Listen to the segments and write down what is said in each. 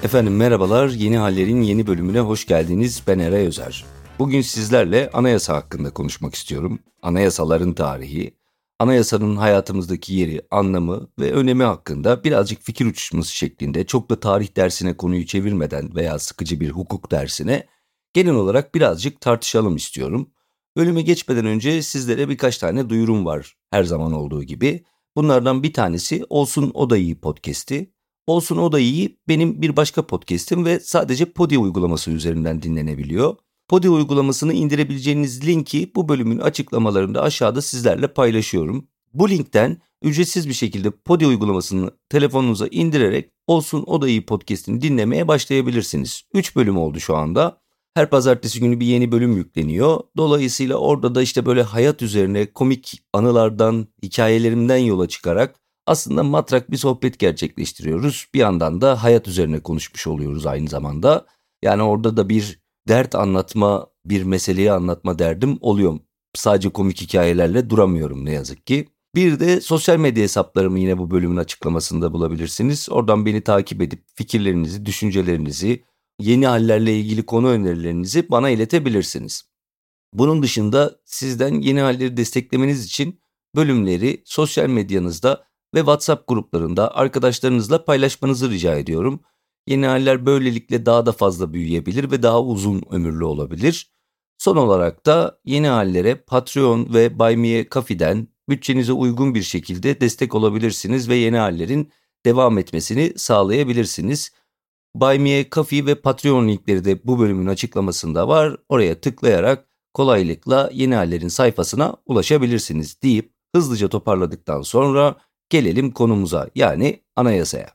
Efendim merhabalar, Yeni Haller'in yeni bölümüne hoş geldiniz. Ben Eray Özer. Bugün sizlerle anayasa hakkında konuşmak istiyorum. Anayasaların tarihi, anayasanın hayatımızdaki yeri, anlamı ve önemi hakkında birazcık fikir uçuşması şeklinde çok da tarih dersine konuyu çevirmeden veya sıkıcı bir hukuk dersine genel olarak birazcık tartışalım istiyorum. Bölüme geçmeden önce sizlere birkaç tane duyurum var her zaman olduğu gibi. Bunlardan bir tanesi Olsun O Da İyi podcast'i. Olsun O Da İyi benim bir başka podcast'im ve sadece Podia uygulaması üzerinden dinlenebiliyor. Podia uygulamasını indirebileceğiniz linki bu bölümün açıklamalarında aşağıda sizlerle paylaşıyorum. Bu linkten ücretsiz bir şekilde Podia uygulamasını telefonunuza indirerek Olsun O Da İyi podcast'ini dinlemeye başlayabilirsiniz. 3 bölüm oldu şu anda. Her pazartesi günü bir yeni bölüm yükleniyor. Dolayısıyla orada da işte böyle hayat üzerine komik anılardan, hikayelerimden yola çıkarak aslında matrak bir sohbet gerçekleştiriyoruz. Bir yandan da hayat üzerine konuşmuş oluyoruz aynı zamanda. Yani orada da bir dert anlatma, bir meseleyi anlatma derdim oluyor. Sadece komik hikayelerle duramıyorum ne yazık ki. Bir de sosyal medya hesaplarımı yine bu bölümün açıklamasında bulabilirsiniz. Oradan beni takip edip fikirlerinizi, düşüncelerinizi, yeni hallerle ilgili konu önerilerinizi bana iletebilirsiniz. Bunun dışında sizden yeni halleri desteklemeniz için bölümleri sosyal medyanızda ve WhatsApp gruplarında arkadaşlarınızla paylaşmanızı rica ediyorum. Yeni haller böylelikle daha da fazla büyüyebilir ve daha uzun ömürlü olabilir. Son olarak da yeni hallere Patreon ve Buy Me a Coffee'den bütçenize uygun bir şekilde destek olabilirsiniz ve yeni hallerin devam etmesini sağlayabilirsiniz. Buy Me a Coffee ve Patreon linkleri de bu bölümün açıklamasında var. Oraya tıklayarak kolaylıkla Yeni Haller'in sayfasına ulaşabilirsiniz deyip hızlıca toparladıktan sonra gelelim konumuza, yani anayasaya.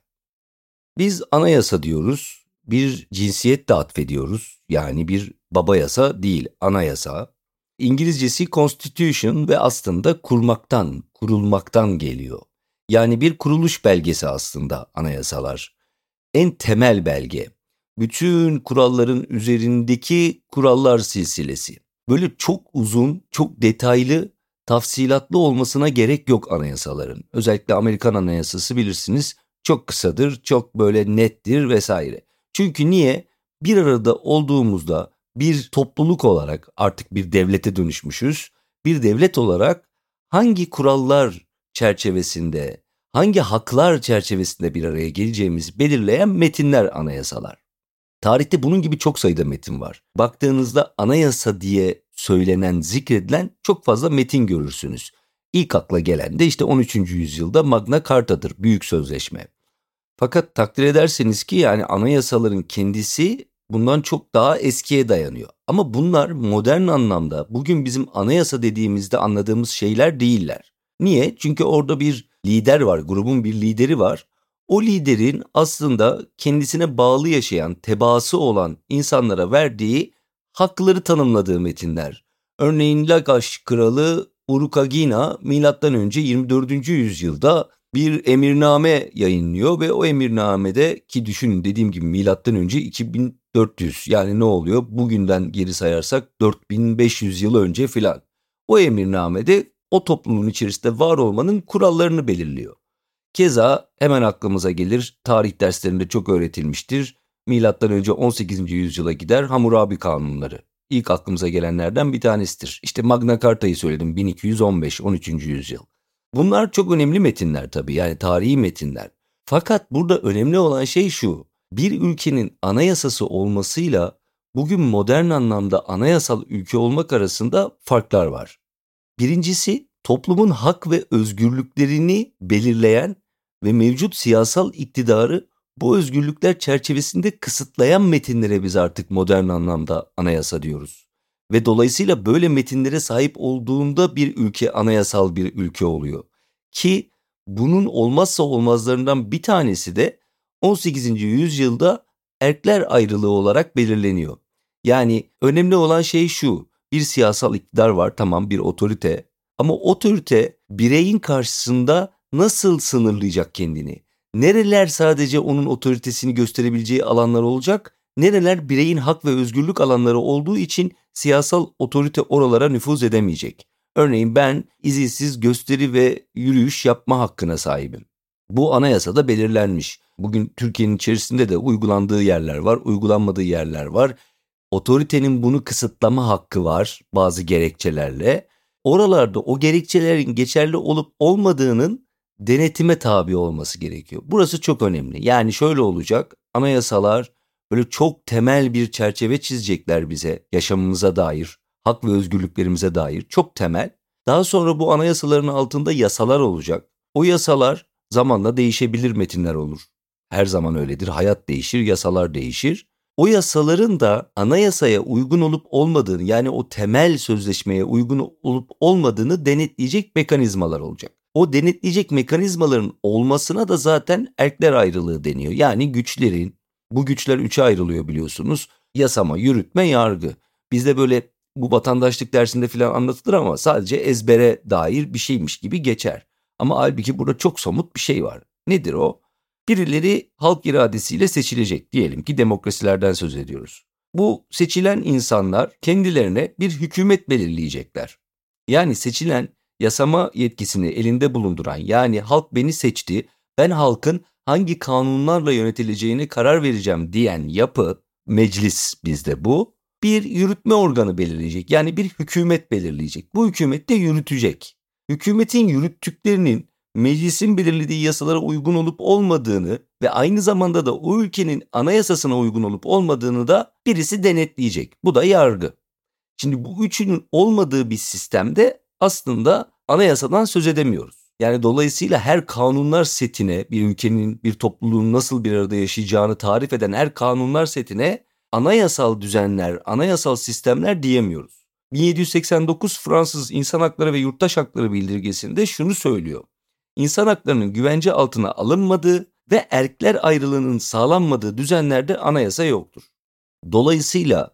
Biz anayasa diyoruz, bir cinsiyet de atfediyoruz, yani bir baba yasa değil, anayasa. İngilizcesi constitution ve aslında kurmaktan, kurulmaktan geliyor. Yani bir kuruluş belgesi aslında anayasalar. En temel belge. Bütün kuralların üzerindeki kurallar silsilesi. Böyle çok uzun, çok detaylı, tafsilatlı olmasına gerek yok anayasaların. Özellikle Amerikan Anayasası bilirsiniz çok kısadır, çok böyle nettir vesaire. Çünkü niye? Bir arada olduğumuzda bir topluluk olarak artık bir devlete dönüşmüşüz. Bir devlet olarak hangi kurallar çerçevesinde, hangi haklar çerçevesinde bir araya geleceğimizi belirleyen metinler anayasalar. Tarihte bunun gibi çok sayıda metin var. Baktığınızda anayasa diye söylenen, zikredilen çok fazla metin görürsünüz. İlk akla gelen de işte 13. yüzyılda Magna Carta'dır, büyük sözleşme. Fakat takdir ederseniz ki yani anayasaların kendisi bundan çok daha eskiye dayanıyor. Ama bunlar modern anlamda bugün bizim anayasa dediğimizde anladığımız şeyler değiller. Niye? Çünkü orada bir lider var, grubun bir lideri var. O liderin aslında kendisine bağlı yaşayan, tebaası olan insanlara verdiği hakları tanımladığı metinler. Örneğin Lagash kralı Urukagina M.Ö. 24. yüzyılda bir emirname yayınlıyor ve o emirnamede, ki düşünün dediğim gibi M.Ö. 2400, yani ne oluyor? Bugünden geri sayarsak 4500 yıl önce filan. O emirnamede o toplumun içerisinde var olmanın kurallarını belirliyor. Keza hemen aklımıza gelir, tarih derslerinde çok öğretilmiştir. M.Ö. 18. yüzyıla gider Hammurabi kanunları. İlk aklımıza gelenlerden bir tanesidir. İşte Magna Carta'yı söyledim, 1215, 13. yüzyıl. Bunlar çok önemli metinler tabii, yani tarihi metinler. Fakat burada önemli olan şey şu: bir ülkenin anayasası olmasıyla bugün modern anlamda anayasal ülke olmak arasında farklar var. Birincisi, toplumun hak ve özgürlüklerini belirleyen ve mevcut siyasal iktidarı bu özgürlükler çerçevesinde kısıtlayan metinlere biz artık modern anlamda anayasa diyoruz. Ve dolayısıyla böyle metinlere sahip olduğunda bir ülke anayasal bir ülke oluyor. Ki bunun olmazsa olmazlarından bir tanesi de 18. yüzyılda erkler ayrılığı olarak belirleniyor. Yani önemli olan şey şu: bir siyasal iktidar var, tamam, bir otorite, ama otorite bireyin karşısında nasıl sınırlayacak kendini? Nereler sadece onun otoritesini gösterebileceği alanlar olacak, nereler bireyin hak ve özgürlük alanları olduğu için siyasal otorite oralara nüfuz edemeyecek. Örneğin ben izinsiz gösteri ve yürüyüş yapma hakkına sahibim. Bu anayasada belirlenmiş. Bugün Türkiye'nin içerisinde de uygulandığı yerler var, uygulanmadığı yerler var. Otoritenin bunu kısıtlama hakkı var bazı gerekçelerle. Oralarda o gerekçelerin geçerli olup olmadığının denetime tabi olması gerekiyor. Burası çok önemli. Yani şöyle olacak, anayasalar böyle çok temel bir çerçeve çizecekler bize yaşamımıza dair, hak ve özgürlüklerimize dair çok temel. Daha sonra bu anayasaların altında yasalar olacak. O yasalar zamanla değişebilir metinler olur. Her zaman öyledir. Hayat değişir, yasalar değişir. O yasaların da anayasaya uygun olup olmadığını, yani o temel sözleşmeye uygun olup olmadığını denetleyecek mekanizmalar olacak. O denetleyecek mekanizmaların olmasına da zaten erkler ayrılığı deniyor. Yani güçlerin, bu güçler üçe ayrılıyor biliyorsunuz. Yasama, yürütme, yargı. Bizde böyle bu vatandaşlık dersinde falan anlatılır ama sadece ezbere dair bir şeymiş gibi geçer. Ama halbuki burada çok somut bir şey var. Nedir o? Birileri halk iradesiyle seçilecek, diyelim ki demokrasilerden söz ediyoruz. Bu seçilen insanlar kendilerine bir hükümet belirleyecekler. Yani seçilen, yasama yetkisini elinde bulunduran, yani halk beni seçti, ben halkın hangi kanunlarla yönetileceğini karar vereceğim diyen yapı, meclis bizde bu, bir yürütme organı belirleyecek. Yani bir hükümet belirleyecek. Bu hükümet de yürütecek. Hükümetin yürüttüklerinin meclisin belirlediği yasalara uygun olup olmadığını ve aynı zamanda da o ülkenin anayasasına uygun olup olmadığını da birisi denetleyecek. Bu da yargı. Şimdi bu üçünün olmadığı bir sistemde aslında anayasadan söz edemiyoruz. Yani dolayısıyla her kanunlar setine, bir ülkenin, bir topluluğun nasıl bir arada yaşayacağını tarif eden her kanunlar setine anayasal düzenler, anayasal sistemler diyemiyoruz. 1789 Fransız İnsan Hakları ve Yurttaş Hakları Bildirgesi'nde şunu söylüyor: İnsan haklarının güvence altına alınmadığı ve erkler ayrılığının sağlanmadığı düzenlerde anayasa yoktur. Dolayısıyla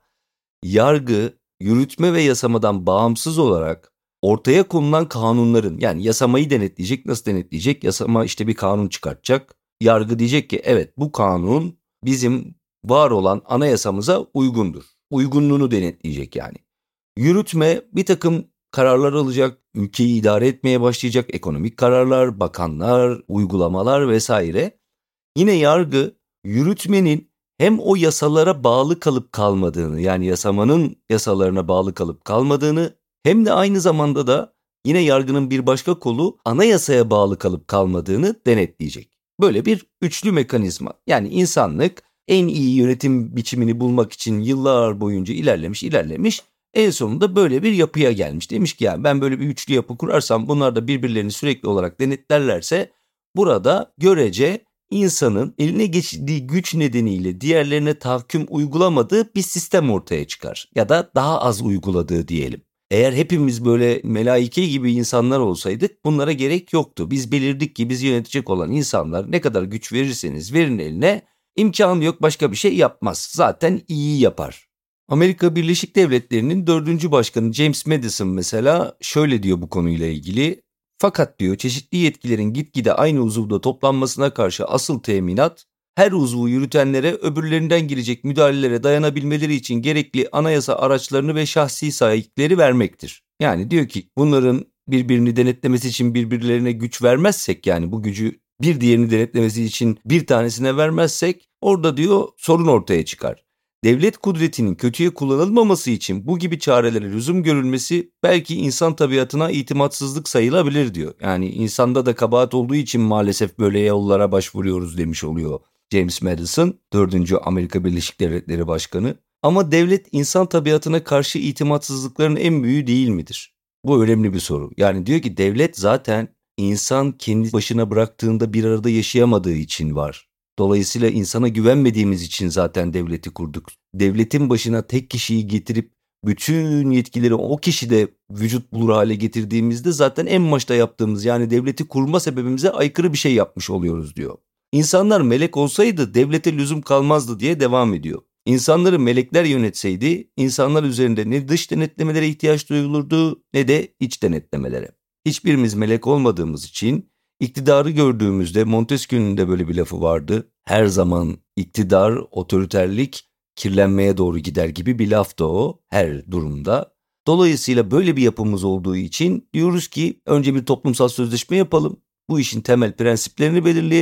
yargı, yürütme ve yasamadan bağımsız olarak ortaya konulan kanunların, yani yasamayı denetleyecek, nasıl denetleyecek? Yasama işte bir kanun çıkartacak. Yargı diyecek ki evet, bu kanun bizim var olan anayasamıza uygundur. Uygunluğunu denetleyecek yani. Yürütme bir takım kararlar alacak, ülkeyi idare etmeye başlayacak, ekonomik kararlar, bakanlar, uygulamalar vesaire. Yine yargı, yürütmenin hem o yasalara bağlı kalıp kalmadığını, yani yasamanın yasalarına bağlı kalıp kalmadığını, hem de aynı zamanda da yine yargının bir başka kolu anayasaya bağlı kalıp kalmadığını denetleyecek. Böyle bir üçlü mekanizma. Yani insanlık en iyi yönetim biçimini bulmak için yıllar boyunca ilerlemiş. En sonunda böyle bir yapıya gelmiş. Demiş ki yani ben böyle bir üçlü yapı kurarsam, bunlar da birbirlerini sürekli olarak denetlerlerse, burada görece insanın eline geçirdiği güç nedeniyle diğerlerine tahakküm uygulamadığı bir sistem ortaya çıkar. Ya da daha az uyguladığı diyelim. Eğer hepimiz böyle melaike gibi insanlar olsaydık bunlara gerek yoktu. Biz belirdik ki bizi yönetecek olan insanlar ne kadar güç verirseniz verin eline, imkanı yok, başka bir şey yapmaz. Zaten iyi yapar. Amerika Birleşik Devletleri'nin 4. Başkanı James Madison mesela şöyle diyor bu konuyla ilgili. Fakat diyor, çeşitli yetkilerin gitgide aynı uzuvda toplanmasına karşı asıl teminat, her uzvu yürütenlere öbürlerinden girecek müdahalelere dayanabilmeleri için gerekli anayasa araçlarını ve şahsi sahipleri vermektir. Yani diyor ki bunların birbirini denetlemesi için birbirlerine güç vermezsek, yani bu gücü bir diğerini denetlemesi için bir tanesine vermezsek, orada diyor sorun ortaya çıkar. Devlet kudretinin kötüye kullanılmaması için bu gibi çarelere lüzum görülmesi belki insan tabiatına itimatsızlık sayılabilir diyor. Yani insanda da kabahat olduğu için maalesef böyle yollara başvuruyoruz demiş oluyor James Madison, 4. Amerika Birleşik Devletleri Başkanı. Ama devlet insan tabiatına karşı itimatsızlıkların en büyüğü değil midir? Bu önemli bir soru. Yani diyor ki devlet zaten insan kendi başına bıraktığında bir arada yaşayamadığı için var. Dolayısıyla insana güvenmediğimiz için zaten devleti kurduk. Devletin başına tek kişiyi getirip bütün yetkileri o kişide vücut bulur hale getirdiğimizde zaten en başta yaptığımız, yani devleti kurma sebebimize aykırı bir şey yapmış oluyoruz diyor. İnsanlar melek olsaydı devlete lüzum kalmazdı diye devam ediyor. İnsanları melekler yönetseydi insanlar üzerinde ne dış denetlemelere ihtiyaç duyulurdu ne de iç denetlemelere. Hiçbirimiz melek olmadığımız için iktidarı gördüğümüzde, Montesquieu'nun de böyle bir lafı vardı: her zaman iktidar, otoriterlik kirlenmeye doğru gider gibi bir laf da o her durumda. Dolayısıyla böyle bir yapımız olduğu için diyoruz ki önce bir toplumsal sözleşme yapalım. Bu işin temel prensiplerini belirleyelim.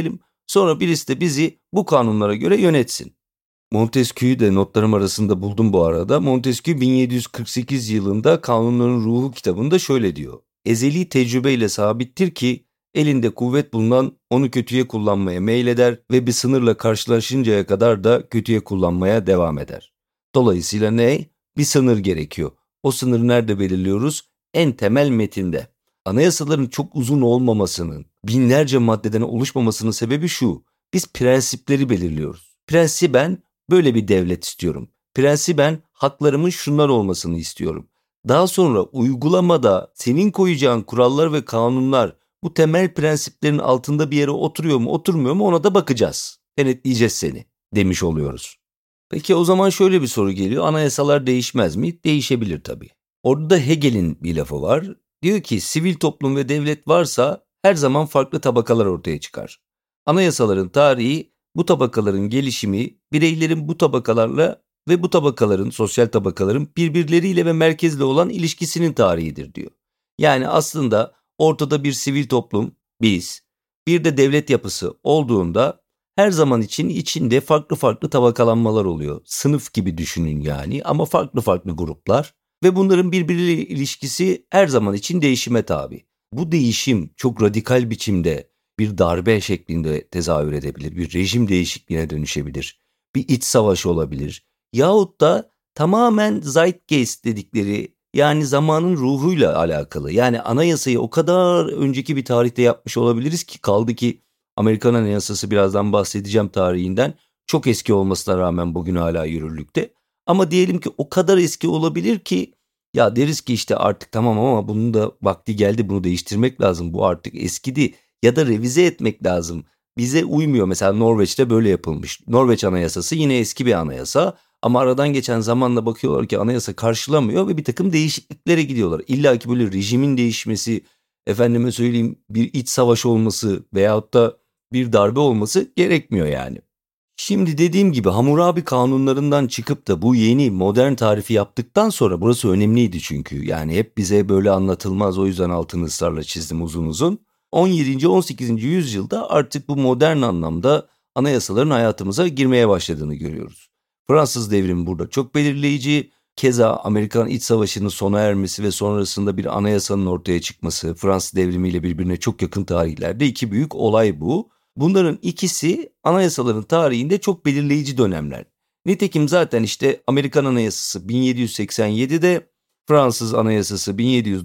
Sonra birisi de bizi bu kanunlara göre yönetsin. Montesquieu'yu de notlarım arasında buldum bu arada. Montesquieu 1748 yılında Kanunların Ruhu kitabında şöyle diyor. Ezeli tecrübeyle sabittir ki elinde kuvvet bulunan onu kötüye kullanmaya meyleder ve bir sınırla karşılaşıncaya kadar da kötüye kullanmaya devam eder. Dolayısıyla ne? Bir sınır gerekiyor. O sınırı nerede belirliyoruz? En temel metinde. Anayasaların çok uzun olmamasının, binlerce maddeden oluşmamasının sebebi şu. Biz prensipleri belirliyoruz. Prensiben böyle bir devlet istiyorum. Prensiben haklarımın şunlar olmasını istiyorum. Daha sonra uygulamada senin koyacağın kurallar ve kanunlar bu temel prensiplerin altında bir yere oturuyor mu oturmuyor mu ona da bakacağız. Denetleyeceğiz seni demiş oluyoruz. Peki o zaman şöyle bir soru geliyor. Anayasalar değişmez mi? Değişebilir tabii. Orada da Hegel'in bir lafı var. Diyor ki sivil toplum ve devlet varsa her zaman farklı tabakalar ortaya çıkar. Anayasaların tarihi bu tabakaların gelişimi, bireylerin bu tabakalarla ve bu tabakaların, sosyal tabakaların birbirleriyle ve merkezle olan ilişkisinin tarihidir diyor. Yani aslında ortada bir sivil toplum, biz, bir de devlet yapısı olduğunda her zaman için içinde farklı farklı tabakalanmalar oluyor. Sınıf gibi düşünün yani ama farklı farklı gruplar ve bunların birbiriyle ilişkisi her zaman için değişime tabi. Bu değişim çok radikal biçimde bir darbe şeklinde tezahür edebilir, bir rejim değişikliğine dönüşebilir, bir iç savaş olabilir. Yahut da tamamen zeitgeist dedikleri yani zamanın ruhuyla alakalı. Yani anayasayı o kadar önceki bir tarihte yapmış olabiliriz ki kaldı ki Amerikan Anayasası birazdan bahsedeceğim tarihinden çok eski olmasına rağmen bugün hala yürürlükte. Ama diyelim ki o kadar eski olabilir ki ya deriz ki işte artık tamam ama bunun da vakti geldi bunu değiştirmek lazım bu artık eskidi ya da revize etmek lazım. Bize uymuyor mesela Norveç'te böyle yapılmış. Norveç Anayasası yine eski bir anayasa ama aradan geçen zamanla bakıyorlar ki anayasa karşılamıyor ve bir takım değişikliklere gidiyorlar. İlla ki böyle rejimin değişmesi, efendime söyleyeyim bir iç savaş olması veyahut da bir darbe olması gerekmiyor yani. Şimdi dediğim gibi Hammurabi kanunlarından çıkıp da bu yeni modern tarifi yaptıktan sonra burası önemliydi çünkü. Yani hep bize böyle anlatılmaz o yüzden altını ısrarla çizdim uzun uzun. 17. 18. yüzyılda artık bu modern anlamda anayasaların hayatımıza girmeye başladığını görüyoruz. Fransız devrimi burada çok belirleyici. Keza Amerikan İç Savaşı'nın sona ermesi ve sonrasında bir anayasanın ortaya çıkması Fransız devrimiyle birbirine çok yakın tarihlerde iki büyük olay bu. Bunların ikisi anayasaların tarihinde çok belirleyici dönemler. Nitekim zaten işte Amerikan Anayasası 1787'de, Fransız Anayasası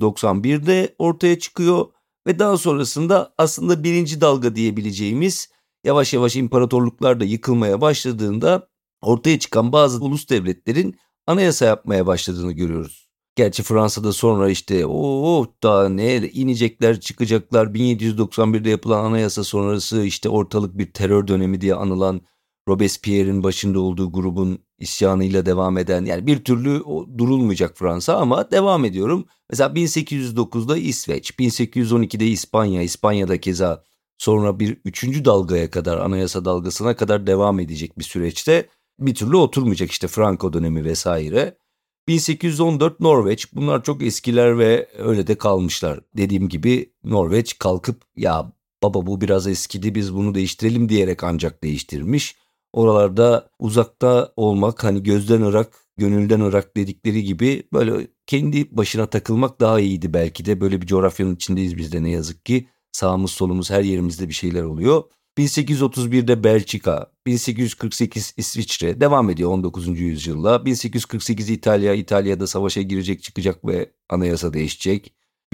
1791'de ortaya çıkıyor ve daha sonrasında aslında birinci dalga diyebileceğimiz yavaş yavaş imparatorluklar da yıkılmaya başladığında ortaya çıkan bazı ulus devletlerin anayasa yapmaya başladığını görüyoruz. Gerçi Fransa'da sonra işte daha ne inecekler çıkacaklar 1791'de yapılan anayasa sonrası işte ortalık bir terör dönemi diye anılan Robespierre'in başında olduğu grubun isyanıyla devam eden yani bir türlü durulmayacak Fransa ama devam ediyorum. Mesela 1809'da İsveç, 1812'de İspanya, İspanya'da keza sonra bir üçüncü dalgaya kadar anayasa dalgasına kadar devam edecek bir süreçte bir türlü oturmayacak işte Franco dönemi vesaire. 1814 Norveç bunlar çok eskiler ve öyle de kalmışlar. Dediğim gibi Norveç kalkıp ya baba bu biraz eskidi biz bunu değiştirelim diyerek ancak değiştirmiş. Oralarda uzakta olmak hani gözden ırak gönülden ırak dedikleri gibi böyle kendi başına takılmak daha iyiydi belki de. Böyle bir coğrafyanın içindeyiz biz de ne yazık ki sağımız solumuz her yerimizde bir şeyler oluyor. 1831'de Belçika, 1848 İsviçre devam ediyor 19. yüzyılla. 1848 İtalya, İtalya'da savaşa girecek çıkacak ve anayasa değişecek.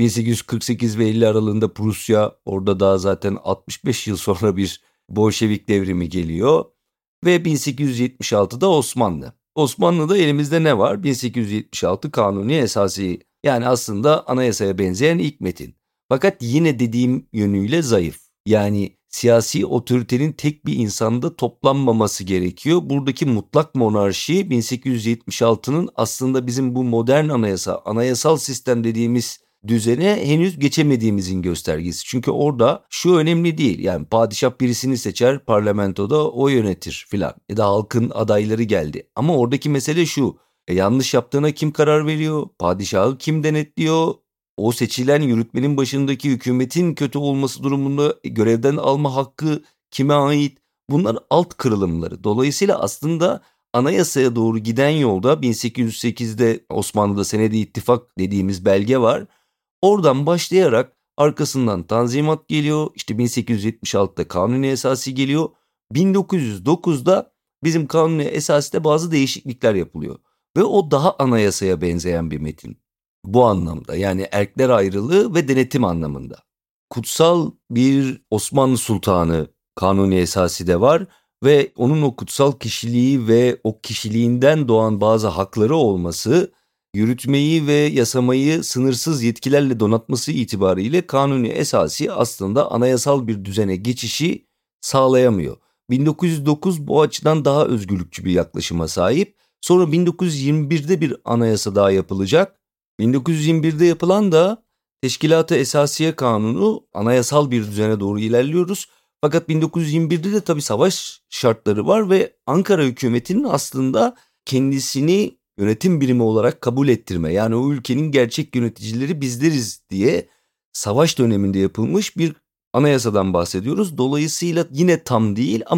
1848 ve 50 aralığında Prusya, orada daha zaten 65 yıl sonra bir Bolşevik devrimi geliyor. Ve 1876'da Osmanlı. Osmanlı'da elimizde ne var? 1876 Kanuni Esası yani aslında anayasaya benzeyen ilk metin. Fakat yine dediğim yönüyle zayıf. Yani siyasi otoritenin tek bir insanda toplanmaması gerekiyor. Buradaki mutlak monarşi 1876'nın aslında bizim bu modern anayasa, anayasal sistem dediğimiz düzene henüz geçemediğimizin göstergesi. Çünkü orada şu önemli değil. Yani padişah birisini seçer, parlamentoda o yönetir filan. Ya da halkın adayları geldi. Ama oradaki mesele şu. Yanlış yaptığına kim karar veriyor? Padişahı kim denetliyor? O seçilen yürütmenin başındaki hükümetin kötü olması durumunda görevden alma hakkı kime ait? Bunlar alt kırılımları. Dolayısıyla aslında anayasaya doğru giden yolda 1808'de Osmanlı'da Senedi İttifak dediğimiz belge var. Oradan başlayarak arkasından Tanzimat geliyor. İşte 1876'da Kanuni Esası geliyor. 1909'da bizim Kanuni Esası'da bazı değişiklikler yapılıyor. Ve o daha anayasaya benzeyen bir metin. Bu anlamda, yani erkler ayrılığı ve denetim anlamında. Kutsal bir Osmanlı Sultanı Kanuni Esasi'de var ve onun o kutsal kişiliği ve o kişiliğinden doğan bazı hakları olması, yürütmeyi ve yasamayı sınırsız yetkilerle donatması itibariyle Kanuni Esası aslında anayasal bir düzene geçişi sağlayamıyor. 1909 bu açıdan daha özgürlükçü bir yaklaşıma sahip. Sonra 1921'de bir anayasa daha yapılacak. 1921'de yapılan da Teşkilat-ı Esasiye Kanunu, anayasal bir düzene doğru ilerliyoruz. Fakat 1921'de de tabii savaş şartları var ve Ankara hükümetinin aslında kendisini yönetim birimi olarak kabul ettirme, yani o ülkenin gerçek yöneticileri bizleriz diye savaş döneminde yapılmış bir anayasadan bahsediyoruz. Dolayısıyla yine tam değil ama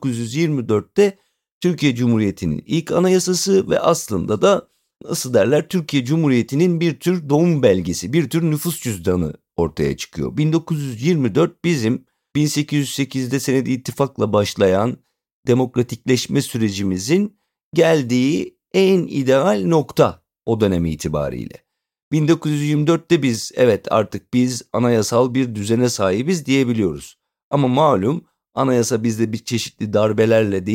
1924'te Türkiye Cumhuriyeti'nin ilk anayasası ve aslında da nasıl derler, Türkiye Cumhuriyeti'nin bir tür doğum belgesi, bir tür nüfus cüzdanı ortaya çıkıyor. 1924 bizim 1808'de Senedi İttifak'la başlayan demokratikleşme sürecimizin geldiği en ideal nokta o dönem itibariyle. 1924'te biz evet artık biz anayasal bir düzene sahibiz diyebiliyoruz. Ama malum anayasa bizde bir çeşitli darbelerle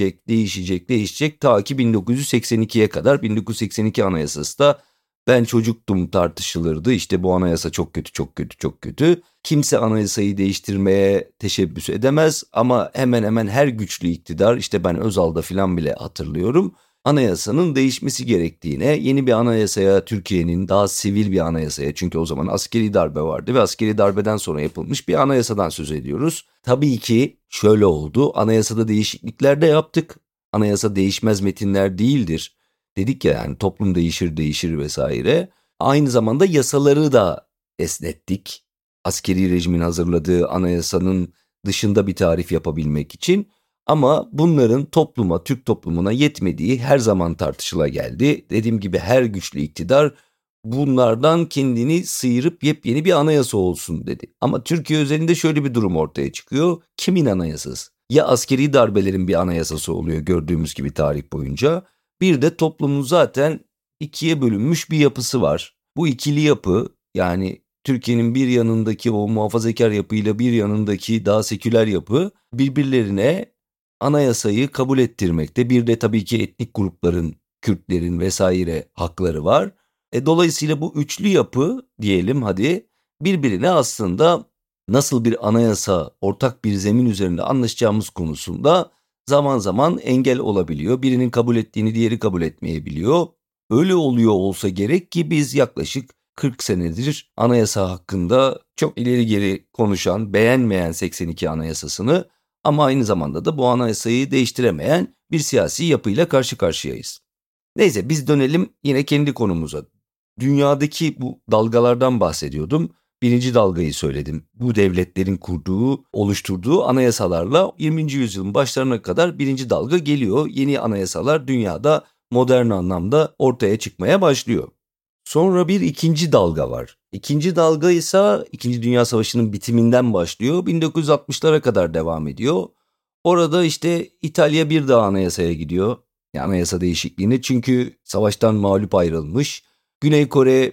değişecek ta ki 1982'ye kadar. 1982 anayasası da ben çocuktum tartışılırdı. İşte bu anayasa çok kötü, çok kötü, çok kötü. Kimse anayasayı değiştirmeye teşebbüs edemez ama hemen hemen her güçlü iktidar, işte ben Özal'da filan bile hatırlıyorum, anayasanın değişmesi gerektiğine, yeni bir anayasaya, Türkiye'nin daha sivil bir anayasaya, çünkü o zaman askeri darbe vardı ve askeri darbeden sonra yapılmış bir anayasadan söz ediyoruz. Tabii ki şöyle oldu, anayasada değişiklikler de yaptık. Anayasa değişmez metinler değildir. Dedik ya, yani toplum değişir vesaire. Aynı zamanda yasaları da esnettik. Askeri rejimin hazırladığı anayasanın dışında bir tarif yapabilmek için. Ama bunların topluma, Türk toplumuna yetmediği her zaman tartışıla geldi. Dediğim gibi her güçlü iktidar bunlardan kendini sıyırıp yepyeni bir anayasa olsun dedi. Ama Türkiye özelinde şöyle bir durum ortaya çıkıyor. Kimin anayasası? Ya askeri darbelerin bir anayasası oluyor gördüğümüz gibi tarih boyunca. Bir de toplumun zaten ikiye bölünmüş bir yapısı var. Bu ikili yapı, yani Türkiye'nin bir yanındaki o muhafazakar yapıyla bir yanındaki daha seküler yapı birbirlerine anayasayı kabul ettirmekte. Bir de tabii ki etnik grupların, Kürtlerin vesaire hakları var. Dolayısıyla bu üçlü yapı diyelim hadi, birbirine aslında nasıl bir anayasa, ortak bir zemin üzerinde anlaşacağımız konusunda zaman zaman engel olabiliyor. Birinin kabul ettiğini diğeri kabul etmeyebiliyor. Öyle oluyor olsa gerek ki biz yaklaşık 40 senedir anayasa hakkında çok ileri geri konuşan, beğenmeyen 82 anayasasını ama aynı zamanda da bu anayasayı değiştiremeyen bir siyasi yapıyla karşı karşıyayız. Neyse, biz dönelim yine kendi konumuza. Dünyadaki bu dalgalardan bahsediyordum. Birinci dalgayı söyledim. Bu devletlerin kurduğu, oluşturduğu anayasalarla 20. yüzyılın başlarına kadar birinci dalga geliyor. Yeni anayasalar dünyada modern anlamda ortaya çıkmaya başlıyor. Sonra bir ikinci dalga var. İkinci dalga ise İkinci Dünya Savaşı'nın bitiminden başlıyor. 1960'lara kadar devam ediyor. Orada işte İtalya bir daha anayasaya gidiyor. Yani anayasa değişikliğine, çünkü savaştan mağlup ayrılmış. Güney Kore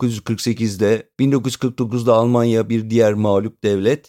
1948'de, 1949'da Almanya bir diğer mağlup devlet.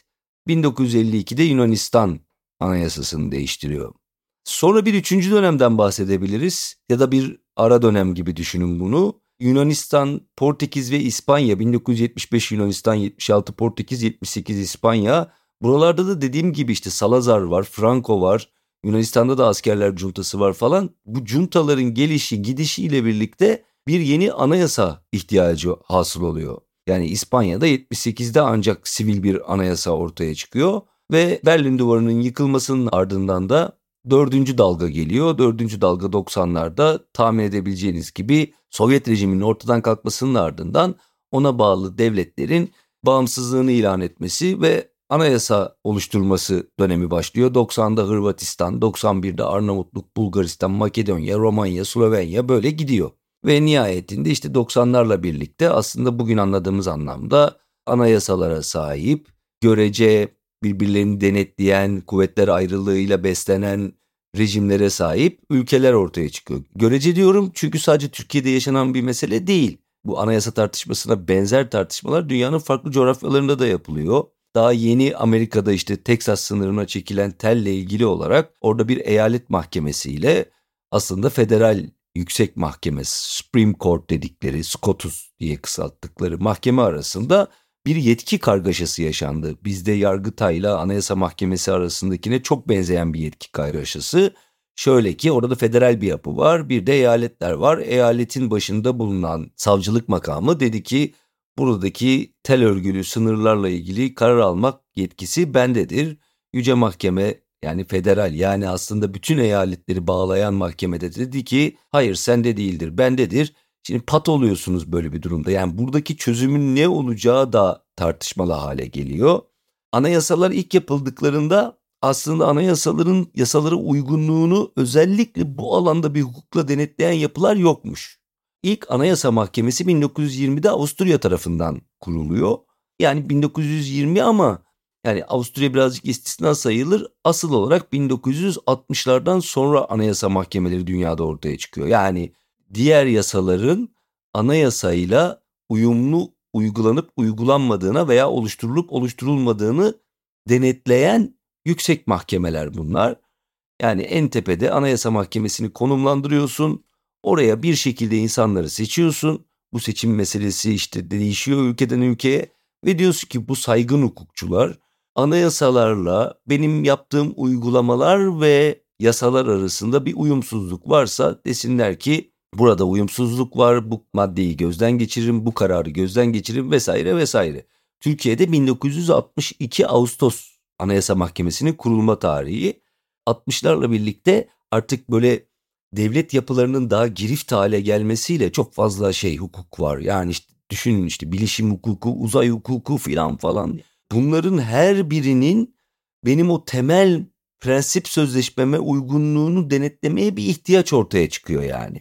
1952'de Yunanistan anayasasını değiştiriyor. Sonra bir üçüncü dönemden bahsedebiliriz ya da bir ara dönem gibi düşünün bunu. Yunanistan, Portekiz ve İspanya, 1975 Yunanistan, 76 Portekiz, 78 İspanya. Buralarda da dediğim gibi işte Salazar var, Franco var. Yunanistan'da da askerler cuntası var falan. Bu cuntaların gelişi gidişiyle birlikte bir yeni anayasa ihtiyacı hasıl oluyor. Yani İspanya'da 78'de ancak sivil bir anayasa ortaya çıkıyor ve Berlin Duvarı'nın yıkılmasının ardından da dördüncü dalga geliyor. Dördüncü dalga 90'larda tahmin edebileceğiniz gibi Sovyet rejiminin ortadan kalkmasının ardından ona bağlı devletlerin bağımsızlığını ilan etmesi ve anayasa oluşturması dönemi başlıyor. 90'da Hırvatistan, 91'de Arnavutluk, Bulgaristan, Makedonya, Romanya, Slovenya böyle gidiyor. Ve nihayetinde işte 90'larla birlikte aslında bugün anladığımız anlamda anayasalara sahip, görece birbirlerini denetleyen, kuvvetler ayrılığıyla beslenen rejimlere sahip ülkeler ortaya çıkıyor. Görece diyorum çünkü sadece Türkiye'de yaşanan bir mesele değil. Bu anayasa tartışmasına benzer tartışmalar dünyanın farklı coğrafyalarında da yapılıyor. Daha yeni Amerika'da işte Teksas sınırına çekilen telle ilgili olarak orada bir eyalet mahkemesiyle aslında federal yüksek mahkemesi, Supreme Court dedikleri, SCOTUS diye kısalttıkları mahkeme arasında bir yetki kargaşası yaşandı. Bizde Yargıtay'la Anayasa Mahkemesi arasındakine çok benzeyen bir yetki kargaşası. Şöyle ki orada da federal bir yapı var, bir de eyaletler var. Eyaletin başında bulunan savcılık makamı dedi ki buradaki tel örgülü sınırlarla ilgili karar almak yetkisi bendedir. Yüce Mahkeme yani federal yani aslında bütün eyaletleri bağlayan mahkemede dedi ki hayır sende değildir bendedir. Şimdi pat oluyorsunuz böyle bir durumda. Yani buradaki çözümün ne olacağı da tartışmalı hale geliyor. Anayasalar ilk yapıldıklarında aslında anayasaların yasalara uygunluğunu özellikle bu alanda bir hukukla denetleyen yapılar yokmuş. İlk Anayasa Mahkemesi 1920'de Avusturya tarafından kuruluyor. Yani 1920 ama yani Avusturya birazcık istisna sayılır. Asıl olarak 1960'lardan sonra anayasa mahkemeleri dünyada ortaya çıkıyor. Yani diğer yasaların anayasayla uyumlu uygulanıp uygulanmadığına veya oluşturulup oluşturulmadığını denetleyen yüksek mahkemeler bunlar. Yani en tepede Anayasa Mahkemesi'ni konumlandırıyorsun. Oraya bir şekilde insanları seçiyorsun. Bu seçim meselesi işte değişiyor ülkeden ülkeye ve diyorsun ki bu saygın hukukçular anayasalarla benim yaptığım uygulamalar ve yasalar arasında bir uyumsuzluk varsa desinler ki burada uyumsuzluk var, bu maddeyi gözden geçirin, bu kararı gözden geçirin vesaire vesaire. Türkiye'de 1962 Ağustos Anayasa Mahkemesi'nin kurulma tarihi. 60'larla birlikte artık böyle devlet yapılarının daha girift hale gelmesiyle çok fazla hukuk var. Yani işte düşünün işte bilişim hukuku, uzay hukuku filan falan. Bunların her birinin benim o temel prensip sözleşmeme uygunluğunu denetlemeye bir ihtiyaç ortaya çıkıyor yani.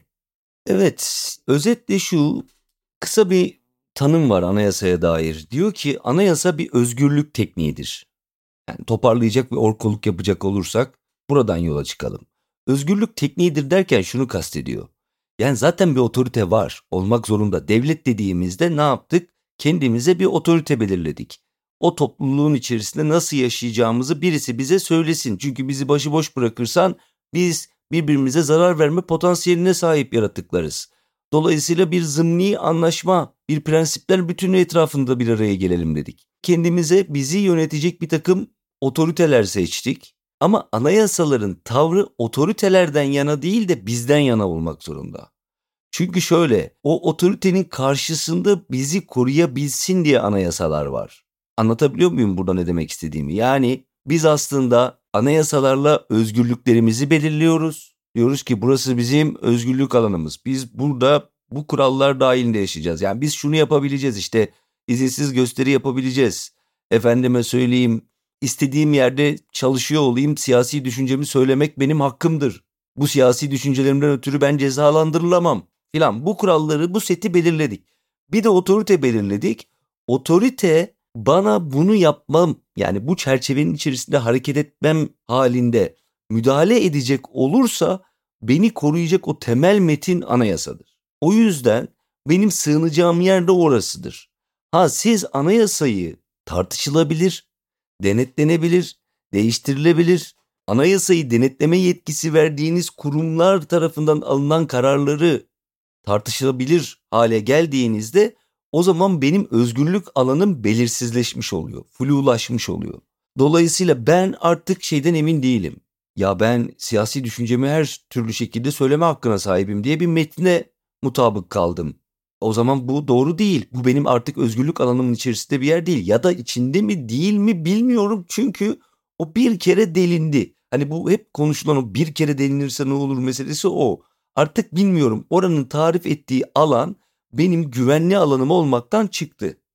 Evet, özetle şu kısa bir tanım var anayasaya dair. Diyor ki anayasa bir özgürlük tekniğidir. Yani toparlayacak ve orkoluk yapacak olursak buradan yola çıkalım. Özgürlük tekniğidir derken şunu kastediyor. Yani zaten bir otorite var, olmak zorunda. Devlet dediğimizde ne yaptık? Kendimize bir otorite belirledik. O topluluğun içerisinde nasıl yaşayacağımızı birisi bize söylesin. Çünkü bizi başıboş bırakırsan biz birbirimize zarar verme potansiyeline sahip yaratıklarız. Dolayısıyla bir zımni anlaşma, bir prensipler bütünü etrafında bir araya gelelim dedik. Kendimize bizi yönetecek bir takım otoriteler seçtik. Ama anayasaların tavrı otoritelerden yana değil de bizden yana olmak zorunda. Çünkü şöyle, o otoritenin karşısında bizi koruyabilsin diye anayasalar var. Anlatabiliyor muyum burada ne demek istediğimi? Yani biz aslında anayasalarla özgürlüklerimizi belirliyoruz. Diyoruz ki burası bizim özgürlük alanımız. Biz burada bu kurallar dahilinde yaşayacağız. Yani biz şunu yapabileceğiz işte izinsiz gösteri yapabileceğiz. Efendime söyleyeyim istediğim yerde çalışıyor olayım siyasi düşüncemi söylemek benim hakkımdır. Bu siyasi düşüncelerimden ötürü ben cezalandırılamam filan. Bu kuralları bu seti belirledik. Bir de otorite belirledik. Otorite bana bunu yapmam yani bu çerçevenin içerisinde hareket etmem halinde müdahale edecek olursa beni koruyacak o temel metin anayasadır. O yüzden benim sığınacağım yer de orasıdır. Ha siz anayasayı tartışılabilir, denetlenebilir, değiştirilebilir. Anayasayı denetleme yetkisi verdiğiniz kurumlar tarafından alınan kararları tartışılabilir hale geldiğinizde o zaman benim özgürlük alanım belirsizleşmiş oluyor, flulaşmış oluyor. Dolayısıyla ben artık şeyden emin değilim. Ya ben siyasi düşüncemi her türlü şekilde söyleme hakkına sahibim diye bir metne mutabık kaldım. O zaman bu doğru değil. Bu benim artık özgürlük alanımın içerisinde bir yer değil. Ya da içinde mi değil mi bilmiyorum. Çünkü o bir kere delindi. Hani bu hep konuşulan o bir kere delinirse ne olur meselesi o. Artık bilmiyorum oranın tarif ettiği alan benim güvenli alanım olmaktan çıktı.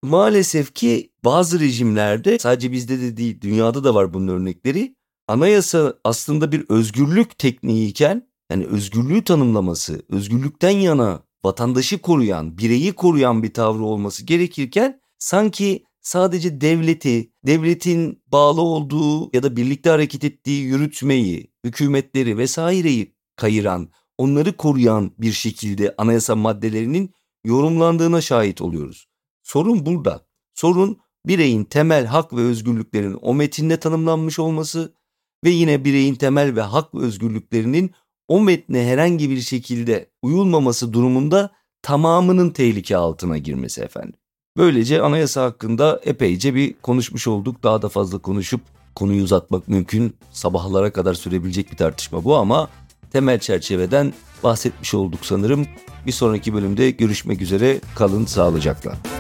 maalesef ki bazı rejimlerde, sadece bizde de değil dünyada da var bunun örnekleri. Anayasa aslında bir özgürlük tekniğiyken, yani özgürlüğü tanımlaması, özgürlükten yana vatandaşı koruyan, bireyi koruyan bir tavrı olması gerekirken sanki sadece devletin bağlı olduğu ya da birlikte hareket ettiği yürütmeyi, hükümetleri vesaireyi kayıran, onları koruyan bir şekilde anayasa maddelerinin yorumlandığına şahit oluyoruz. Sorun burada. Sorun bireyin temel hak ve özgürlüklerinin o metinde tanımlanmış olması ve yine bireyin temel ve hak ve özgürlüklerinin o metne herhangi bir şekilde uyulmaması durumunda tamamının tehlike altına girmesi efendim. Böylece anayasa hakkında epeyce bir konuşmuş olduk. Daha da fazla konuşup konuyu uzatmak mümkün. Sabahlara kadar sürebilecek bir tartışma bu ama temel çerçeveden bahsetmiş olduk sanırım. Bir sonraki bölümde görüşmek üzere. Kalın sağlıcakla.